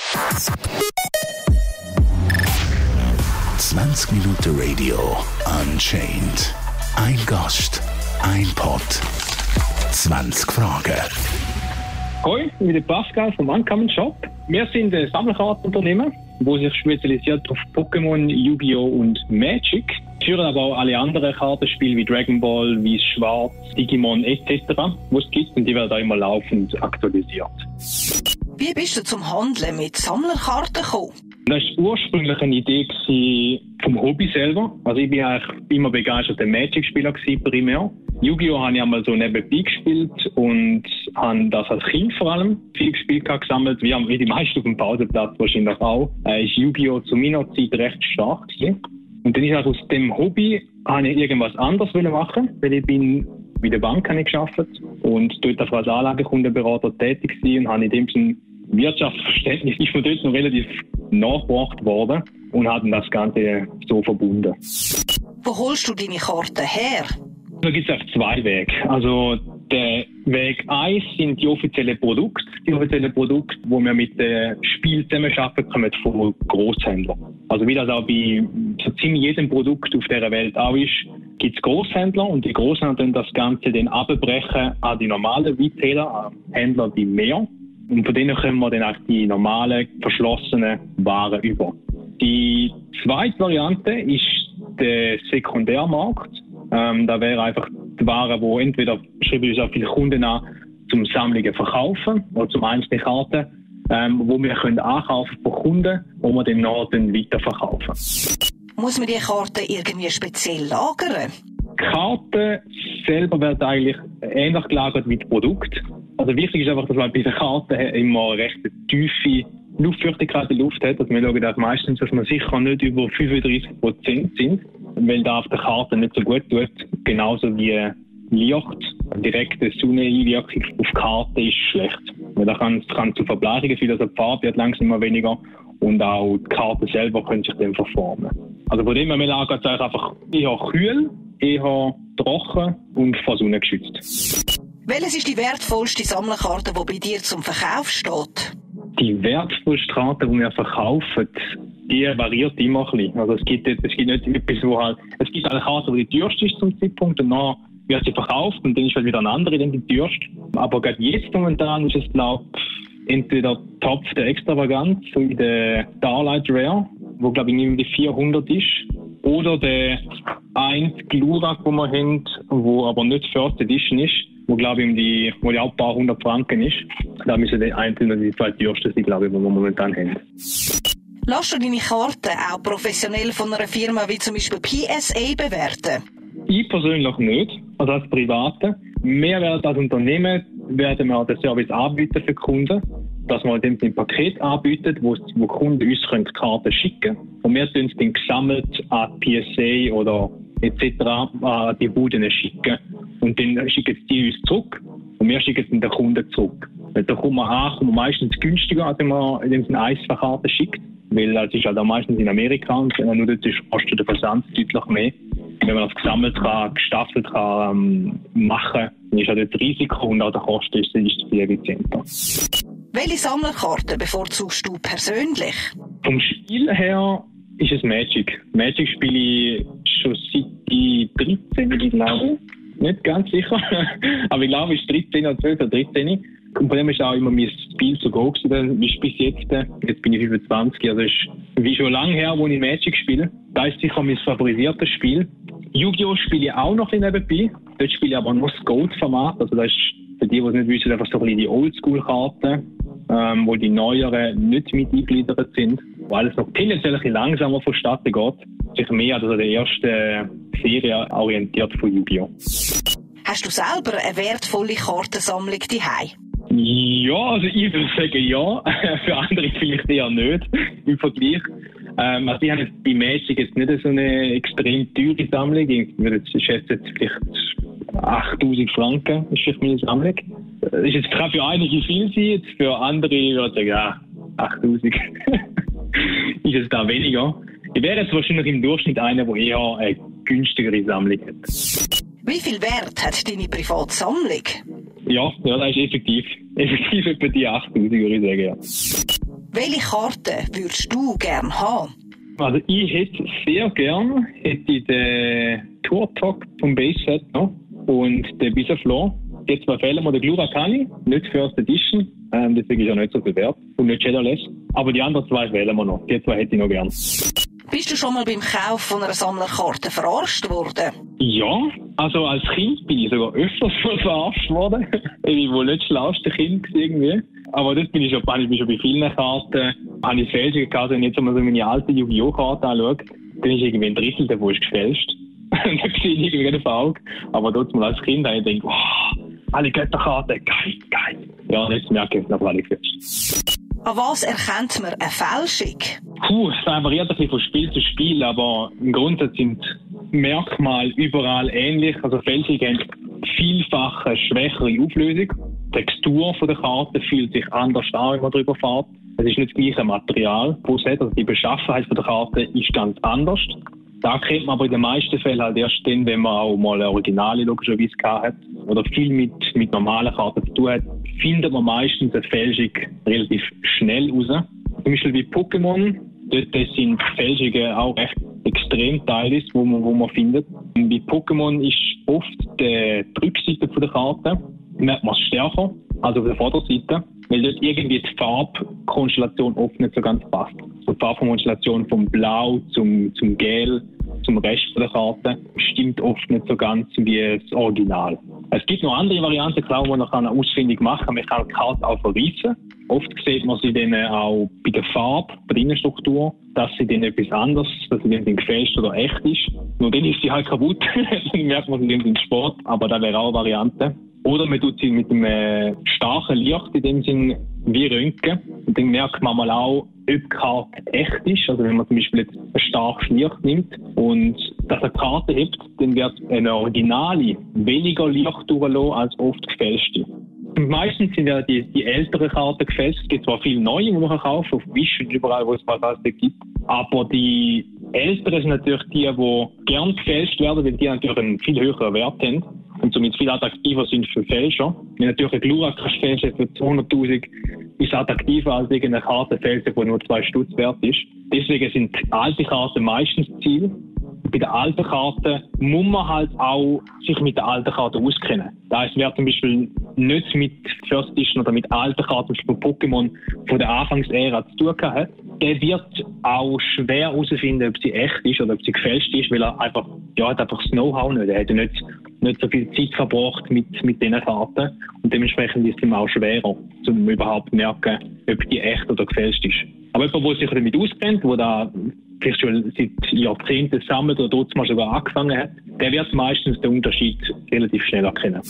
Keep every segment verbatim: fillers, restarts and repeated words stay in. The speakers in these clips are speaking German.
zwanzig Minuten Radio Unchained. Ein Gast, ein Pod, zwanzig Fragen. Hoi, ich bin der Pascal vom Uncommon Shop. Wir sind ein Sammelkartenunternehmen, das sich spezialisiert auf Pokémon, Yu-Gi-Oh! Und Magic. Wir führen aber auch alle anderen Kartenspiele wie Dragon Ball, Weiß Schwarz, Digimon et cetera, die es gibt, und die werden auch immer laufend aktualisiert. Wie bist du zum Handeln mit Sammlerkarten gekommen? Das war ursprünglich eine Idee vom Hobby selber. Also ich war eigentlich immer begeisterter Magic-Spieler primär. Yu-Gi-Oh! Habe ich einmal so nebenbei gespielt und habe das als Kind vor allem viel gespielt, gesammelt, wie, wie die meisten auf dem Pausenplatz wahrscheinlich auch. Äh, ist Yu-Gi-Oh! Zu meiner Zeit recht stark gewesen. Und dann ist auch aus dem Hobby habe ich irgendwas anderes machen, weil ich bin bei der Bank habe ich gearbeitet und dort auch als Anlagekundenberater tätig gewesen und habe in dem Sinne Wirtschaftsverständnis ist mir dort noch relativ nachgebracht worden und hat das Ganze so verbunden. Wo holst du deine Karten her? Da gibt es auch zwei Wege. Also der Weg eins sind die offiziellen Produkte. Die offiziellen Produkte, die wir mit dem Spiel zusammenarbeiten, kommen von Grosshändlern. Also wie das auch bei so ziemlich jedem Produkt auf dieser Welt auch ist, gibt es Grosshändler und die Grosshändler dann das Ganze dann abbrechen an die normalen Retailer, an Händler wie mehr. Und von denen kommen wir dann auch die normalen, verschlossenen Waren über. Die zweite Variante ist der Sekundärmarkt. Ähm, da wäre einfach die Ware, wo entweder schreiben uns auch viele Kunden an, zum Sammlungen verkaufen oder zum einzelnen Karten, ähm, wo wir können ankaufen von Kunden, wo wir dann nachher dann weiterverkaufen. Muss man die Karten irgendwie speziell lagern? Die Karten selber werden eigentlich ähnlich gelagert wie das Produkt. Also wichtig ist einfach, dass man bei den Karten immer recht tiefe Luftfeuchtigkeit in der Luft hat. Also wir schauen auch meistens, dass man sicher nicht über fünfunddreißig Prozent sind, weil da auf der Karte nicht so gut tut. Genauso wie Licht, direkte Sonneneinwirkung auf die Karte ist schlecht. Weil da kann es zu Verbleichungen führen, also die Farbe wird langsam immer weniger und auch die Karten selber können sich dann verformen. Also von dem her, wir lagern es einfach eher kühl, eher trocken und vor Sonne geschützt. Welches ist die wertvollste Sammlerkarte, die bei dir zum Verkauf steht? Die wertvollste Karte, die wir verkaufen, die variiert immer ein bisschen. Also es gibt, es gibt nicht etwas, wo halt, es gibt eine Karte, die die teuerste ist zum Zeitpunkt und dann wird sie verkauft und dann ist halt wieder eine andere, die die teuerste. Aber gerade jetzt momentan ist es, glaube ich, entweder Topf der Extravaganz, so in der Starlight Rare, wo glaube ich irgendwie vierhundert ist, oder der eins Glurak, den wir haben, wo aber nicht First Edition ist, wo glaube ich um die, wo die auch ein paar hundert Franken ist. Da müssen die einzelnen die zwei teuersten sein, glaube ich, die wir momentan haben. Lass du deine Karten auch professionell von einer Firma wie zum Beispiel P S A bewerten? Ich persönlich nicht, also als Private. Wir werden als Unternehmen werden wir den Service anbieten für Kunden, dass wir dem ein Paket anbieten, wo, wo Kunden uns die Karten schicken können. Und wir tun es dann gesammelt an P S A oder et cetera an die Buden schicken. Und dann schicken die uns zurück und wir schicken dann den Kunden zurück. Weil da kommen wir an, kommen wir meistens günstiger, als wenn man in dem Eis für Karten schickt. Weil es ist halt auch meistens in Amerika und nur dort kostet der Versand deutlich mehr. Wenn man das gesammelt kann, gestaffelt kann ähm, machen, dann ist auch das Risiko und auch der Kosten ist, ist viel effizienter. Welche Sammlerkarten bevorzugst du persönlich? Vom Spiel her ist es Magic. Magic spiele ich schon seit ich dreizehn bin, glaube ich. Nicht ganz sicher. Aber ich glaube, es ist dreizehn oder zwölf oder dreizehn. Und von dem ist auch immer mein Spiel so groß gewesen, wie bis jetzt. Jetzt bin ich fünfundzwanzig, also es ist wie schon lange her, wo ich Magic spiele. Das ist sicher mein favorisiertes Spiel. Yu-Gi-Oh! Spiele ich auch noch nebenbei. Dort spiele ich aber nur das Gold-Format. Also das ist für die, die es nicht wissen, einfach so ein bisschen die Oldschool-Karten, ähm, wo die neueren nicht mit eingegliedert sind. Wo alles noch tendenziell ein bisschen langsamer vonstatten geht. Sich mehr an der ersten Serie orientiert von Yu-Gi-Oh! Hast du selber eine wertvolle Kartensammlung daheim? Ja, also ich würde sagen ja. Für andere vielleicht eher nicht im Vergleich. Ähm, also ich habe jetzt bei Magic jetzt nicht so eine extrem teure Sammlung. Ich würde jetzt schätzen, jetzt vielleicht achttausend Franken ist vielleicht meine Sammlung. Das ist jetzt gerade für einige viel sein, jetzt für andere würde ich sagen, ja, achttausend ist es da weniger. Ich wäre jetzt wahrscheinlich im Durchschnitt einer, der eher eine günstigere Sammlung hat. Wie viel Wert hat deine private Sammlung? Ja, ja, das ist effektiv. Effektiv etwa die achttausend, würde ich sagen, ja. Welche Karte würdest du gerne haben? Also ich hätte sehr gern hätte ich den Tour Talk vom Baseset noch und den Bisaflor. Jetzt zwei fehlen mir der Glurakani, nicht First Edition, ähm, deswegen ist er nicht so viel wert und nicht Shadowless. Aber die anderen zwei wählen wir noch. Die zwei hätte ich noch gern. Bist du schon mal beim Kauf von einer Sammlerkarte verarscht worden? Ja, also als Kind bin ich sogar öfters mal verarscht worden. Ich war wohl nicht das schlauste Kind irgendwie. Aber dort bin ich schon, ich bin schon bei vielen Karten, habe ich Fälschungen gehabt, wenn ich jetzt mal so meine alte Yu-Gi-Oh! Karte anschaue, dann ist irgendwie ein Drittel davon ist gefälscht. Da sehe ich irgendwie nicht auf Auge. Aber dort mal als Kind habe ich gedacht, wow, alle Götterkarten, geil, geil. Ja, und jetzt merke ich es, nachher alle gefälscht. An was erkennt man eine Fälschung? Puh, es variiert ein bisschen von Spiel zu Spiel, aber im Grundsatz sind Merkmale überall ähnlich. Also Fälschungen haben vielfache schwächere Auflösung. Die Textur der Karte fühlt sich anders an, wenn man drüber fährt. Es ist nicht das gleiche Material, das es hat. Also die Beschaffenheit der Karte ist ganz anders. Da kennt man aber in den meisten Fällen halt erst dann, wenn man auch mal eine Originale logischerweise gehabt hat oder viel mit, mit normalen Karten zu tun hat, findet man meistens eine Fälschung relativ schnell raus. Zum Beispiel bei Pokémon, dort sind Fälschungen auch recht extrem Teile, wo man, wo man findet. Und bei Pokémon ist oft die Rückseite der Karte, merkt man es stärker als auf der Vorderseite, weil dort irgendwie die Farbkonstellation oft nicht so ganz passt. Die Farbkonstellation vom Blau zum, zum Gel, zum Rest der Karte stimmt oft nicht so ganz wie das Original. Es gibt noch andere Varianten, klar, die man ausfindig machen kann. Man kann die Karte auch verreissen. Oft sieht man sie dann auch bei der Farbe, bei der Innenstruktur, dass sie dann etwas anderes, dass sie dann gefälscht oder echt ist. Nur dann ist sie halt kaputt. Dann merkt man sie dann im Sport, aber das wäre auch eine Variante. Oder man tut sie mit einem äh, starken Licht, in dem Sinn wie Röntgen. Und dann merkt man mal auch, ob die Karte echt ist. Also wenn man zum Beispiel jetzt ein starkes Licht nimmt und das eine Karte hebt, dann wird eine Originale weniger Licht durchlassen als oft gefälschte. Und meistens sind ja die, die älteren Karten gefälscht. Es gibt zwar viele neue, die man kaufen kann, auf Wish und überall, wo es Fantastik gibt. Aber die älteren sind natürlich die, die gern gefälscht werden, weil die natürlich einen viel höheren Wert haben und somit viel attraktiver sind für Fälscher. Wenn natürlich ein Glurak fälschen für zweihunderttausend ist attraktiver als irgendeine Karte fälschen, die nur zwei Stutz wert ist. Deswegen sind alte Karten meistens Ziel. Bei den alten Karten muss man halt auch sich mit den alten Karten auskennen. Das heisst, wer zum Beispiel nicht mit First Edition oder mit alten Karten, zum Beispiel Pokémon von der Anfangsära zu tun hat, der wird auch schwer herausfinden, ob sie echt ist oder ob sie gefälscht ist, weil er einfach, ja, hat einfach das Know-how nicht. Er hat nicht, nicht so viel Zeit verbracht mit, mit diesen Karten und dementsprechend ist es ihm auch schwerer, um überhaupt zu merken, ob die echt oder gefälscht ist. Aber jemand, der sich damit auskennt, der da vielleicht schon seit Jahrzehnten sammelt oder dort mal sogar angefangen hat, der wird meistens den Unterschied relativ schnell erkennen.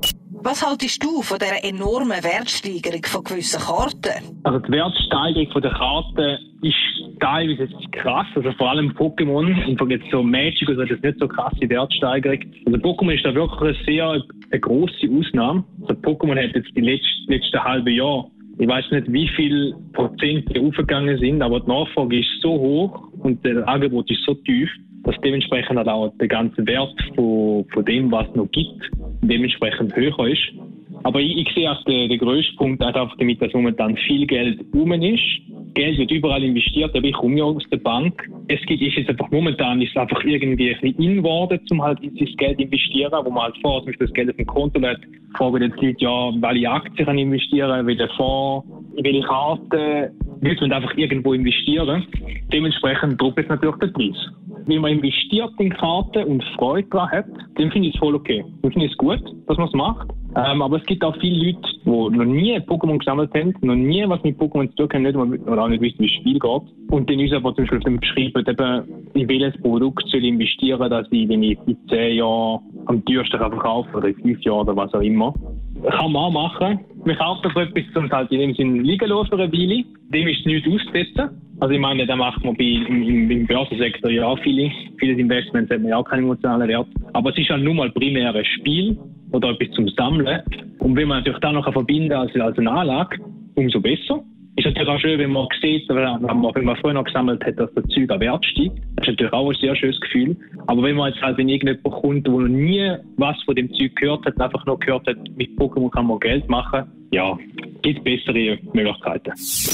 Was haltest du von dieser enormen Wertsteigerung von gewissen Karten? Also die Wertsteigerung von der Karten ist teilweise krass, also vor allem Pokémon und jetzt so Magic, also das ist nicht so krasse Wertsteigerung. Also Pokémon ist da wirklich eine sehr eine grosse Ausnahme. Also Pokémon hat jetzt die letzten, letzten halben Jahre, ich weiß nicht, wie viel Prozent die aufgegangen sind, aber die Nachfrage ist so hoch und das Angebot ist so tief, dass dementsprechend halt auch der ganze Wert von, von dem, was es noch gibt, dementsprechend höher ist. Aber ich, ich sehe auch den, den grössten Punkt einfach damit, dass momentan viel Geld rum ist. Geld wird überall investiert, aber ich komme ja aus der Bank. Es gibt, ist jetzt einfach momentan ist es einfach irgendwie ein bisschen in geworden, um halt in das Geld zu investieren, wo man halt vorher zum Beispiel das Geld auf dem Konto hat, fragen jetzt die Leute, ja, welche Aktien kann ich investieren, welche Fonds, welche Karten, Leute müssen einfach irgendwo investieren. Dementsprechend droppt jetzt natürlich der Preis. Wenn man investiert in Karten und Freude daran hat, dann finde ich es voll okay. Dann finde ich es gut, dass man es macht. Ähm, aber es gibt auch viele Leute, die noch nie Pokémon gesammelt haben, noch nie was mit Pokémon zu tun haben, nicht, oder auch nicht wissen, wie das Spiel geht. Und dann uns aber zum Beispiel auf dem beschreiben, eben, in welches Produkt soll ich investieren, dass ich, wenn ich in zehn Jahren am teuersten verkaufen oder in fünf Jahren oder was auch immer. Kann man auch machen. Man kauft einfach etwas, um es halt in dem Sinne liegen lassen für eine Weile. Dem ist es nichts auszusetzen. Also ich meine, da macht man bei, im, im Börsensektor ja auch viele. Viele Investments hat man ja auch keinen emotionalen Wert. Aber es ist halt nur mal primär ein Spiel oder etwas zum Sammeln. Und wenn man natürlich da noch verbinden kann als, als eine Anlage, umso besser. Ist natürlich auch schön, wenn man sieht, wenn man, wenn man früher noch gesammelt hat, dass der Zeug an Wert steigt. Das ist natürlich auch ein sehr schönes Gefühl. Aber wenn man jetzt halt, wenn irgendjemand kommt, der noch nie was von dem Zeug gehört hat, einfach nur gehört hat, mit Pokémon kann man Geld machen, ja, gibt es bessere Möglichkeiten.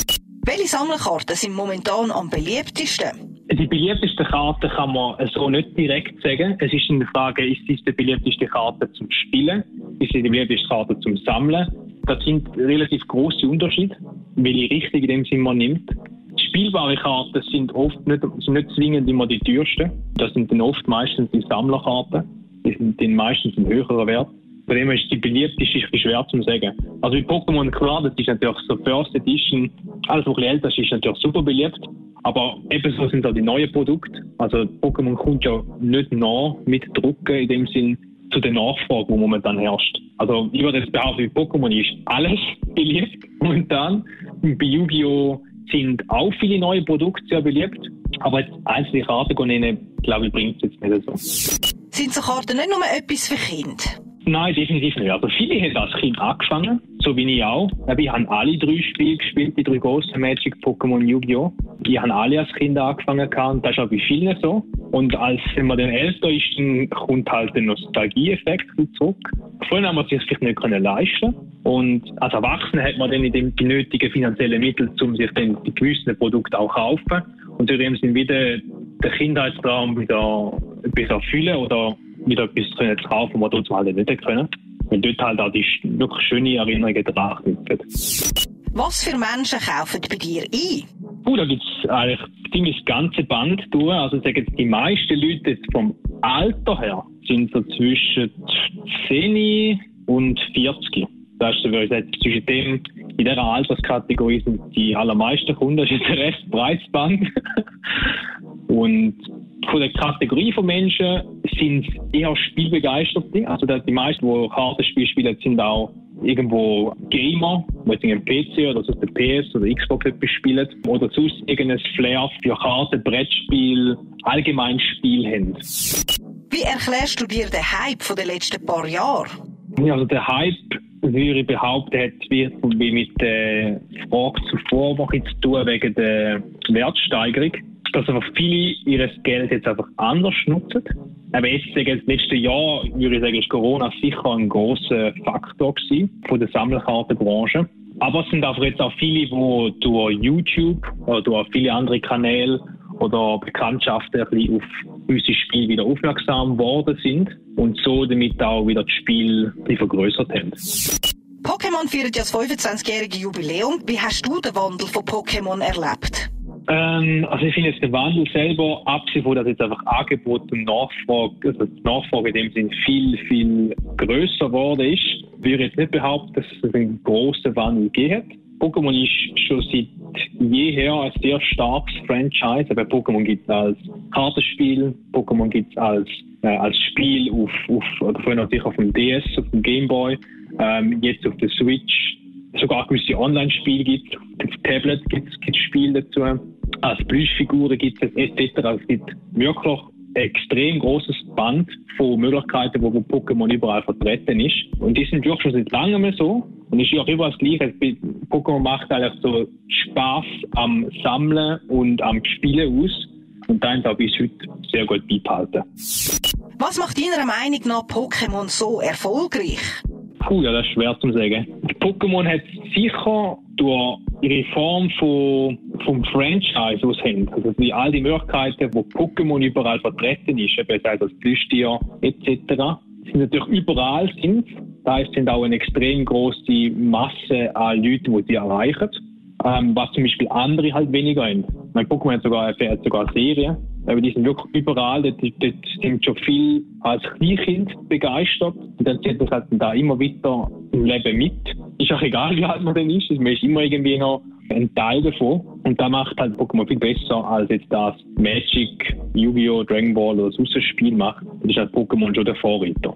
Welche Sammlerkarten sind momentan am beliebtesten? Die beliebteste Karte kann man so nicht direkt sagen. Es ist eine Frage, ist dies die beliebteste Karte zum Spielen? Ist sie die beliebteste Karte zum Sammeln? Das sind relativ grosse Unterschiede, welche Richtung in dem Sinn man nimmt. Spielbare Karten sind oft nicht, sind nicht zwingend immer die teuersten. Das sind dann oft meistens die Sammlerkarten. Die sind dann meistens ein höherer Wert. Von dem ist die beliebteste ist schwer zu sagen. Also wie Pokémon, klar, das ist natürlich so First Edition. Alles, was ein bisschen älter ist, ist natürlich super beliebt. Aber ebenso sind auch die neuen Produkte. Also Pokémon kommt ja nicht nach mit Drucken in dem Sinn zu der Nachfrage, die momentan herrscht. Also ich würde jetzt behaupten, bei Pokémon ist alles beliebt momentan. Bei Yu-Gi-Oh! Sind auch viele neue Produkte sehr beliebt. Aber jetzt einzelne Karten nennen, glaube ich, bringt es jetzt nicht so. Sind so Karten nicht nur etwas für Kinder? Nein, definitiv nicht. Also viele haben als Kind angefangen, so wie ich auch. Ich habe alle drei Spiele gespielt, die drei grossen Magic, Pokémon, Yu-Gi-Oh! Ich habe alle als Kind angefangen und das ist auch bei vielen so. Und als wenn man dann älter ist, dann kommt halt der Nostalgie-Effekt zurück. Früher haben wir es sich vielleicht nicht können leisten. Und als Erwachsener hat man dann die nötigen finanziellen Mittel, um sich dann die gewissen Produkte auch zu kaufen. Und in dem sind wieder der Kindheitstraum wieder etwas erfüllen oder wieder etwas können zu kaufen, was wir trotzdem halt nicht können. Weil dort halt auch die wirklich schöne Erinnerungen dran knüpfen. Was für Menschen kaufen bei dir ein? Uh, da gibt es eigentlich ziemlich das ganze Band durch. Also sagen die meisten Leute jetzt vom Alter her sind so zwischen zehn und vierzig. Das ist, würde ich sagen, zwischen dem, in dieser Alterskategorie sind die allermeisten Kunden, das ist der Rest breites Band. Und von der Kategorie von Menschen sind es eher Spielbegeisterte. Also die meisten, die Kartenspiele spielen, sind auch irgendwo Gamer, die jetzt einen P C oder sonst der P S oder Xbox etwas spielen. Oder sonst irgendein Flair für Karten, Brettspiel, allgemein Spiel haben. Wie erklärst du dir den Hype von den letzten paar Jahren? Ja, also der Hype, würde ich behaupten, hat wie mit der Frage zuvor noch zu tun wegen der Wertsteigerung. Dass einfach viele ihr Geld jetzt einfach anders nutzen. Aber jetzt, das letzte Jahr, würde ich sagen, ist Corona sicher ein grosser Faktor gewesen von der Sammelkartenbranche. Aber es sind einfach jetzt auch viele, die durch YouTube oder durch viele andere Kanäle oder Bekanntschaften ein bisschen auf unsere Spiele wieder aufmerksam geworden sind und so damit auch wieder das Spiel ein bisschen vergrößert haben. Pokémon feiert ja das fünfundzwanzigjährige Jubiläum. Wie hast du den Wandel von Pokémon erlebt? Ähm, also ich finde jetzt den Wandel selber, abgesehen von, dass jetzt einfach Angebot und Nachfrage, also die Nachfrage in dem Sinn viel, viel grösser geworden ist, würde ich jetzt nicht behaupten, dass es einen grossen Wandel gegeben hat. Pokémon ist schon seit jeher ein sehr starkes Franchise. Aber Pokémon gibt es als Kartenspiel, Pokémon gibt es als, äh, als Spiel auf, auf, oder vorhin natürlich auf dem D S, auf dem Game Boy, ähm, jetzt auf der Switch. Sogar gewisse Online-Spiele gibt es, auf Tablet gibt es Spiele dazu, als Plüschfiguren gibt es et cetera. Es gibt wirklich ein extrem grosses Band von Möglichkeiten, wo Pokémon überall vertreten ist. Und die sind wirklich schon seit langem so. Und ist ja auch überall das Gleiche. Pokémon macht eigentlich so Spaß am Sammeln und am Spielen aus. Und dann habe ich es heute sehr gut beibehalten. Was macht deiner Meinung nach Pokémon so erfolgreich? Puh, ja, das ist schwer zu sagen. Pokémon hat sicher durch ihre Form von, vom Franchise aus haben, also wie all die Möglichkeiten, wo Pokémon überall vertreten ist, eben sei das Plüschtier et cetera, sind natürlich überall sind. Da heißt, sind auch eine extrem große Masse an Leuten, die sie erreichen. Ähm, was zum Beispiel andere halt weniger haben. Mein Pokémon hat sogar, hat sogar Serien, aber die sind wirklich überall. Dort, dort sind schon viel als Kleinkind begeistert. Und dann zieht das halt da immer weiter im Leben mit. Ist auch egal, wie alt man denn ist. Man ist immer irgendwie noch ein Teil davon. Und das macht halt Pokémon viel besser, als jetzt das Magic, Yu-Gi-Oh!, Dragon Ball oder sonst ein Spiel macht. Das ist halt Pokémon schon der Vorreiter.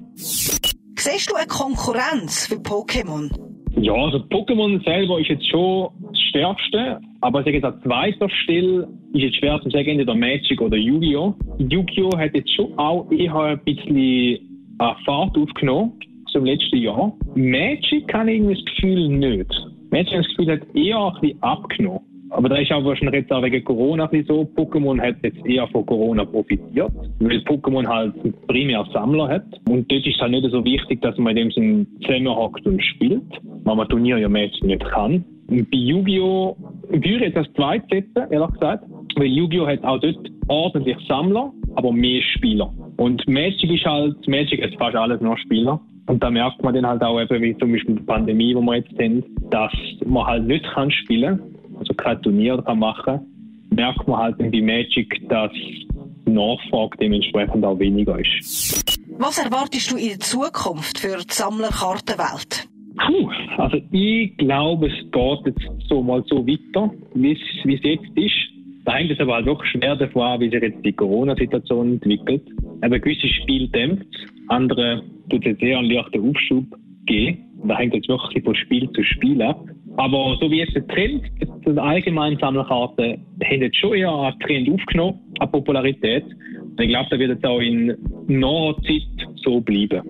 Siehst du eine Konkurrenz für Pokémon? Ja, also Pokémon selber ist jetzt schon das Stärkste, aber ich sage jetzt an zweiter Stelle ist jetzt schwer zu sagen, entweder Magic oder Yu-Gi-Oh! Yu-Gi-Oh! Hat jetzt schon auch eher ein bisschen Fahrt aufgenommen zum letzten Jahr. Magic habe ich irgendwie das Gefühl nicht. Magic das Gefühl hat eher ein bisschen abgenommen. Aber da ist auch wahrscheinlich jetzt auch wegen Corona ein bisschen so. Pokémon hat jetzt eher von Corona profitiert, weil Pokémon halt primär Sammler hat. Und dort ist es halt nicht so wichtig, dass man in dem Sinn zusammenhockt und spielt, weil man Turnier ja Magic nicht kann. Und bei Yu-Gi-Oh! würde ich jetzt als zweites setzen, ehrlich gesagt. Weil Yu-Gi-Oh! Hat auch dort ordentlich Sammler, aber mehr Spieler. Und Magic ist halt, Magic ist fast alles nur Spieler. Und da merkt man dann halt auch eben, wie zum Beispiel die Pandemie, die wir jetzt haben, dass man halt nicht kann spielen, also kein Turnier kann machen, merkt man halt bei Magic, dass die Nachfrage dementsprechend auch weniger ist. Was erwartest du in der Zukunft für die Sammlerkartenwelt? Puh, also ich glaube, es geht jetzt so mal so weiter, wie es, wie es jetzt ist. Da hängt es aber halt wirklich schwer davon ab, wie sich jetzt die Corona-Situation entwickelt. Aber gewisse Spiele dämpft, andere tut es eher einen leichten Aufschub geben. Da hängt jetzt wirklich von Spiel zu Spiel ab. Aber so wie jetzt der Trend, die allgemeinen Sammlerkarten haben jetzt schon eher einen Trend aufgenommen, an Popularität. Und ich glaube, da wird es auch in naher Zeit so bleiben.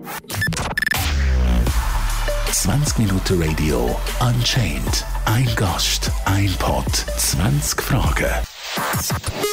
zwanzig Minuten Radio Unchained. Ein Gast, ein Pod, zwanzig Fragen.